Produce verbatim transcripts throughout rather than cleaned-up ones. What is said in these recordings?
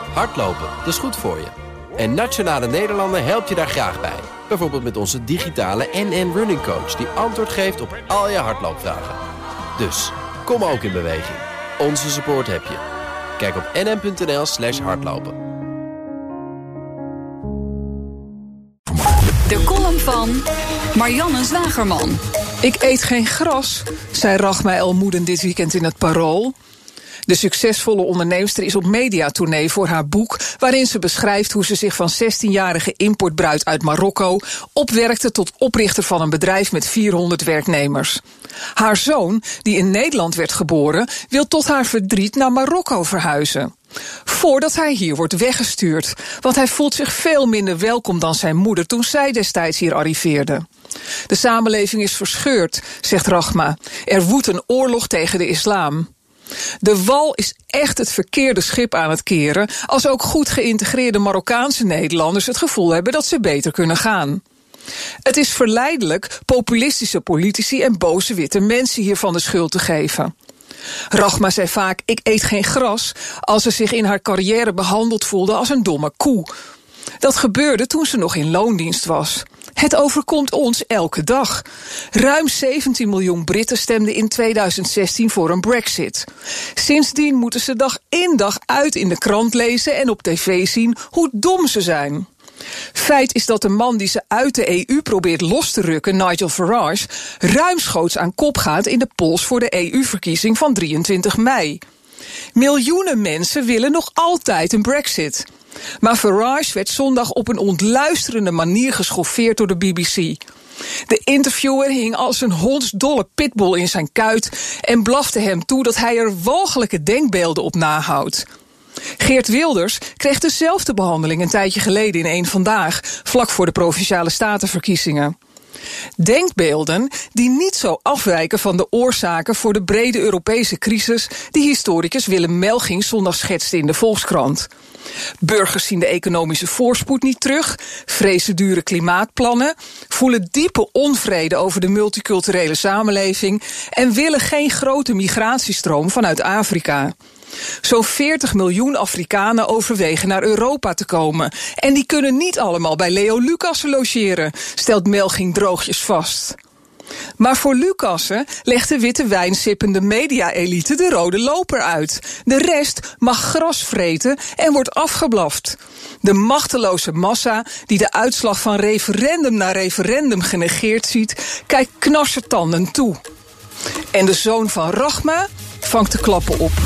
Hardlopen, dat is goed voor je. En Nationale Nederlanden helpt je daar graag bij. Bijvoorbeeld met onze digitale N N Running Coach... die antwoord geeft op al je hardloopvragen. Dus, kom ook in beweging. Onze support heb je. Kijk op nn.nl slash hardlopen. De column van Marianne Zwagerman. Ik eet geen gras, zei Rachma El-Moeden dit weekend in het Parool. De succesvolle onderneemster is op mediatournee voor haar boek... waarin ze beschrijft hoe ze zich van zestienjarige importbruid uit Marokko... opwerkte tot oprichter van een bedrijf met vierhonderd werknemers. Haar zoon, die in Nederland werd geboren... wil tot haar verdriet naar Marokko verhuizen. Voordat hij hier wordt weggestuurd. Want hij voelt zich veel minder welkom dan zijn moeder... toen zij destijds hier arriveerde. De samenleving is verscheurd, zegt Rachma. Er woedt een oorlog tegen de islam. De wal is echt het verkeerde schip aan het keren... als ook goed geïntegreerde Marokkaanse Nederlanders het gevoel hebben dat ze beter kunnen gaan. Het is verleidelijk populistische politici en boze witte mensen hiervan de schuld te geven. Rachma zei vaak, ik eet geen gras... als ze zich in haar carrière behandeld voelde als een domme koe. Dat gebeurde toen ze nog in loondienst was. Het overkomt ons elke dag. Ruim zeventien miljoen Britten stemden in tweeduizend zestien voor een Brexit. Sindsdien moeten ze dag in dag uit in de krant lezen en op tv zien hoe dom ze zijn. Feit is dat de man die ze uit de E U probeert los te rukken, Nigel Farage, ruimschoots aan kop gaat in de polls voor de E U-verkiezing van drieëntwintig mei. Miljoenen mensen willen nog altijd een Brexit. Maar Farage werd zondag op een ontluisterende manier geschoffeerd door de B B C. De interviewer hing als een hondsdolle pitbull in zijn kuit en blafte hem toe dat hij er walgelijke denkbeelden op nahoudt. Geert Wilders kreeg dezelfde behandeling een tijdje geleden in Eén Vandaag, vlak voor de Provinciale Statenverkiezingen. Denkbeelden die niet zo afwijken van de oorzaken voor de brede Europese crisis die historicus Willem Melging zondag schetste in de Volkskrant. Burgers zien de economische voorspoed niet terug, vrezen dure klimaatplannen, voelen diepe onvrede over de multiculturele samenleving en willen geen grote migratiestroom vanuit Afrika. Zo'n veertig miljoen Afrikanen overwegen naar Europa te komen. En die kunnen niet allemaal bij Leo Lucassen logeren, stelt Melging droogjes vast. Maar voor Lucassen legt de witte wijnsippende media-elite de rode loper uit. De rest mag gras vreten en wordt afgeblaft. De machteloze massa die de uitslag van referendum na referendum genegeerd ziet, kijkt knarsetanden toe. En de zoon van Rachma vangt de klappen op.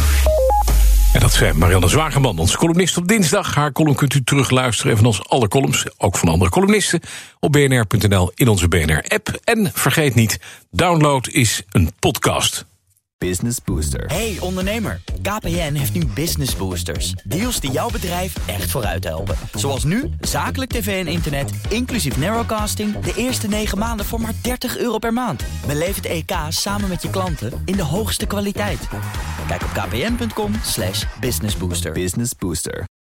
En dat zei Marianne Zwagerman, onze columnist op dinsdag. Haar column kunt u terugluisteren, evenals alle columns, ook van andere columnisten, op b n r punt n l in onze B N R-app. En vergeet niet, download is een podcast. Business Booster. Hey ondernemer, K P N heeft nu Business Boosters. Deals die jouw bedrijf echt vooruit helpen. Zoals nu, zakelijk tv en internet, inclusief narrowcasting, de eerste negen maanden voor maar dertig euro per maand. Beleef het E K samen met je klanten in de hoogste kwaliteit. Kijk op kpn punt com slash businessbooster. Business Booster.